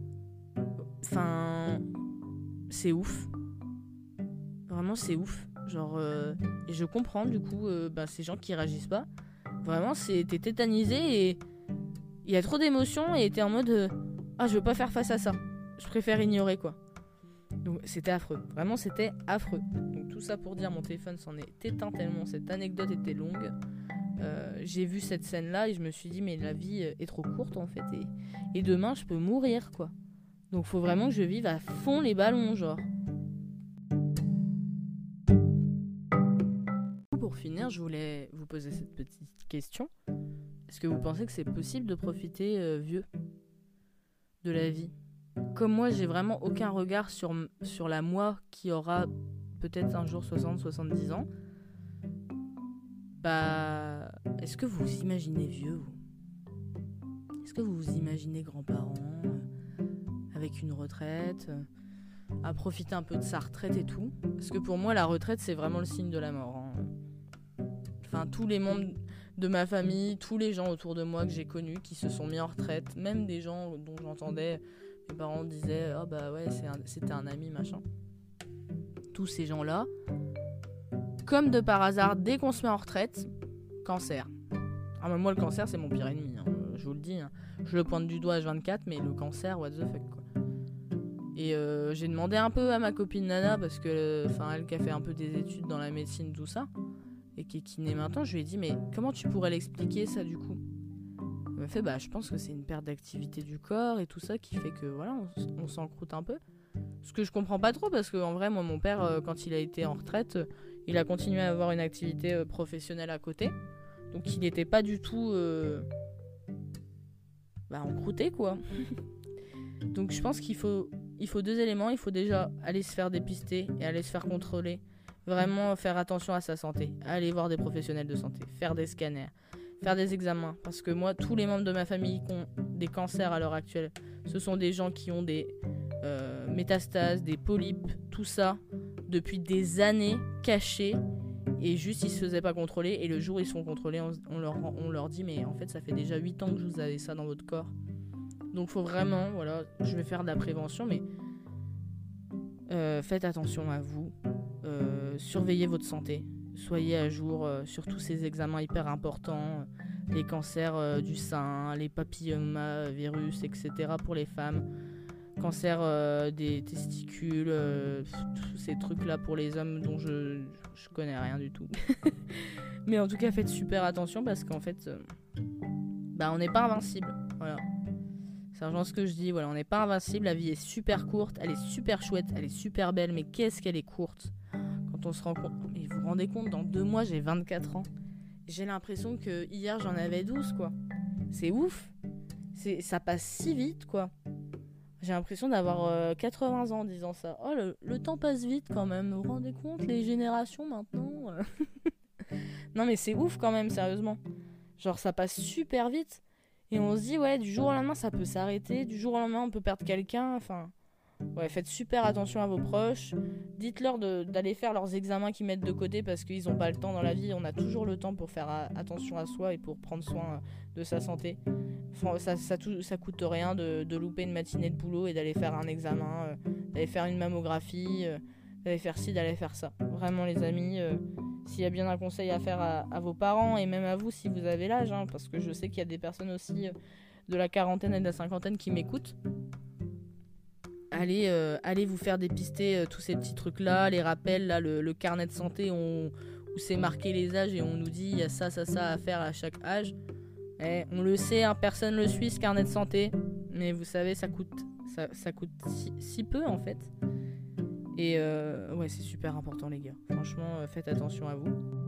Enfin, c'est ouf. Vraiment, c'est ouf. Genre, euh, et je comprends du coup euh, bah, ces gens qui réagissent pas. Vraiment, c'est, t'es tétanisé et il y a trop d'émotions et t'es en mode euh, ah, je veux pas faire face à ça. Je préfère ignorer quoi. Donc, c'était affreux. Vraiment, c'était affreux. Donc, tout ça pour dire, mon téléphone s'en est éteint tellement cette anecdote était longue. Euh, j'ai vu cette scène là et je me suis dit mais la vie est trop courte en fait et, et demain je peux mourir quoi, donc faut vraiment que je vive à fond les ballons genre. Pour finir je voulais vous poser cette petite question, est-ce que vous pensez que c'est possible de profiter euh, vieux de la vie? Comme moi j'ai vraiment aucun regard sur, sur la moi qui aura peut-être un jour soixante soixante-dix ans. Bah, est-ce que vous vous imaginez vieux, vous ? Est-ce que vous vous imaginez grands-parents, euh, avec une retraite, euh, à profiter un peu de sa retraite et tout ? Parce que pour moi, la retraite, c'est vraiment le signe de la mort. Hein. Enfin, tous les membres de ma famille, tous les gens autour de moi que j'ai connus qui se sont mis en retraite, même des gens dont j'entendais, mes parents disaient « Ah oh bah ouais, c'est un, c'était un ami, machin ». Tous ces gens-là... Comme de par hasard, dès qu'on se met en retraite, cancer. Ah, mais moi, le cancer, c'est mon pire ennemi. Hein. Je vous le dis. Hein. Je le pointe du doigt H vingt-quatre, mais le cancer, what the fuck, quoi. Et euh, j'ai demandé un peu à ma copine Nana, parce que, enfin, elle qui a fait un peu des études dans la médecine, tout ça, et qui est kiné maintenant, je lui ai dit, mais comment tu pourrais l'expliquer, ça, du coup ? Elle m'a fait, bah, je pense que c'est une perte d'activité du corps et tout ça qui fait que, voilà, on, on s'encroute un peu. Ce que je comprends pas trop, parce qu'en vrai, moi, mon père, euh, quand il a été en retraite... Il a continué à avoir une activité euh, professionnelle à côté. Donc il n'était pas du tout euh, bah, encrouté quoi. Donc je pense qu'il faut, il faut deux éléments. Il faut déjà aller se faire dépister et aller se faire contrôler. Vraiment faire attention à sa santé. Aller voir des professionnels de santé. Faire des scanners. Faire des examens. Parce que moi, tous les membres de ma famille qui ont des cancers à l'heure actuelle, ce sont des gens qui ont des euh, métastases, des polypes, tout ça, depuis des années, cachés. Et juste, ils se faisaient pas contrôler. Et le jour où ils sont contrôlés, on, on, leur, on leur dit, mais en fait, ça fait déjà huit ans que vous avez ça dans votre corps. Donc, faut vraiment, voilà, je vais faire de la prévention, mais euh, faites attention à vous. Euh, surveillez votre santé. Soyez à jour euh, sur tous ces examens hyper importants. Les cancers euh, du sein, les papillomavirus, et cetera pour les femmes. Cancer euh, des testicules, euh, tous ces trucs-là pour les hommes dont je, je connais rien du tout. Mais en tout cas, faites super attention parce qu'en fait, euh, bah, on n'est pas invincible. Voilà. C'est vraiment ce que je dis. Voilà, on n'est pas invincible. La vie est super courte, elle est super chouette, elle est super belle. Mais qu'est-ce qu'elle est courte quand on se rend compte. Mais vous vous rendez compte, dans deux mois, j'ai vingt-quatre ans. J'ai l'impression que hier, j'en avais douze, quoi. C'est ouf. C'est, ça passe si vite, quoi. J'ai l'impression d'avoir euh, quatre-vingts ans en disant ça. Oh, le, le temps passe vite quand même. Vous vous rendez compte, les générations maintenant euh... Non, mais c'est ouf quand même, sérieusement. Genre, ça passe super vite. Et on se dit, ouais, du jour au lendemain, ça peut s'arrêter. Du jour au lendemain, on peut perdre quelqu'un. Enfin, ouais, faites super attention à vos proches. Dites-leur de, d'aller faire leurs examens qu'ils mettent de côté parce qu'ils n'ont pas le temps dans la vie. On a toujours le temps pour faire a- attention à soi et pour prendre soin de sa santé. Enfin, ça, ça, tout, ça coûte rien de, de louper une matinée de boulot et d'aller faire un examen, euh, d'aller faire une mammographie, euh, d'aller faire ci, d'aller faire ça. Vraiment, les amis, euh, s'il y a bien un conseil à faire à, à vos parents et même à vous si vous avez l'âge, hein, parce que je sais qu'il y a des personnes aussi euh, de la quarantaine et de la cinquantaine qui m'écoutent. Allez, euh, allez vous faire dépister euh, tous ces petits trucs-là, les rappels, là, le, le carnet de santé on, où c'est marqué les âges et on nous dit il y a ça, ça, ça à faire à chaque âge. Eh, on le sait, hein, personne ne le suit ce carnet de santé, mais vous savez, ça coûte, ça, ça coûte si, si peu en fait. Et euh, ouais, c'est super important les gars. Franchement, euh, faites attention à vous.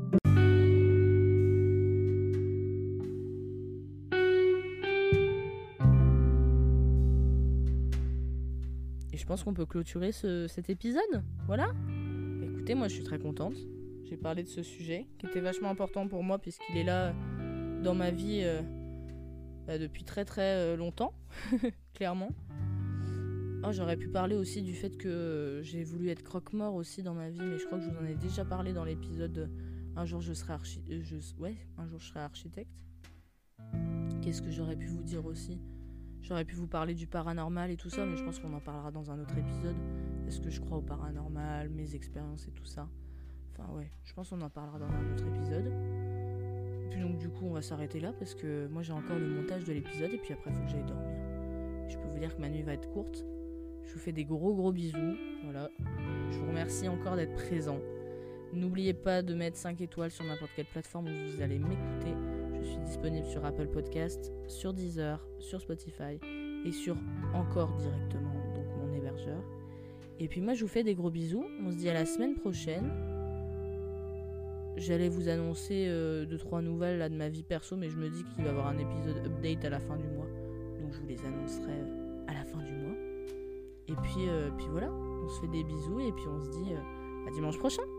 Et je pense qu'on peut clôturer ce, cet épisode. Voilà. Écoutez, moi je suis très contente. J'ai parlé de ce sujet qui était vachement important pour moi puisqu'il est là dans ma vie euh, bah, depuis très très euh, longtemps, clairement. Oh, j'aurais pu parler aussi du fait que euh, j'ai voulu être croque-mort aussi dans ma vie, mais je crois que je vous en ai déjà parlé dans l'épisode euh, Un jour je serai archi- euh, je... ouais, un jour je serai architecte. Qu'est-ce que j'aurais pu vous dire aussi ? J'aurais pu vous parler du paranormal et tout ça, mais je pense qu'on en parlera dans un autre épisode. Est-ce que je crois au paranormal, mes expériences et tout ça ? Enfin ouais, je pense qu'on en parlera dans un autre épisode. Et puis donc du coup on va s'arrêter là parce que moi j'ai encore le montage de l'épisode et puis après il faut que j'aille dormir. Je peux vous dire que ma nuit va être courte. Je vous fais des gros gros bisous. Voilà. Je vous remercie encore d'être présent. N'oubliez pas de mettre cinq étoiles sur n'importe quelle plateforme où vous allez m'écouter. Je suis disponible sur Apple Podcast, sur Deezer, sur Spotify et sur Encore directement, donc mon hébergeur. Et puis moi je vous fais des gros bisous. On se dit à la semaine prochaine. J'allais vous annoncer euh, deux trois nouvelles là, de ma vie perso, mais je me dis qu'il va y avoir un épisode update à la fin du mois. Donc je vous les annoncerai euh, à la fin du mois. Et puis, euh, puis voilà, on se fait des bisous et puis on se dit euh, à dimanche prochain.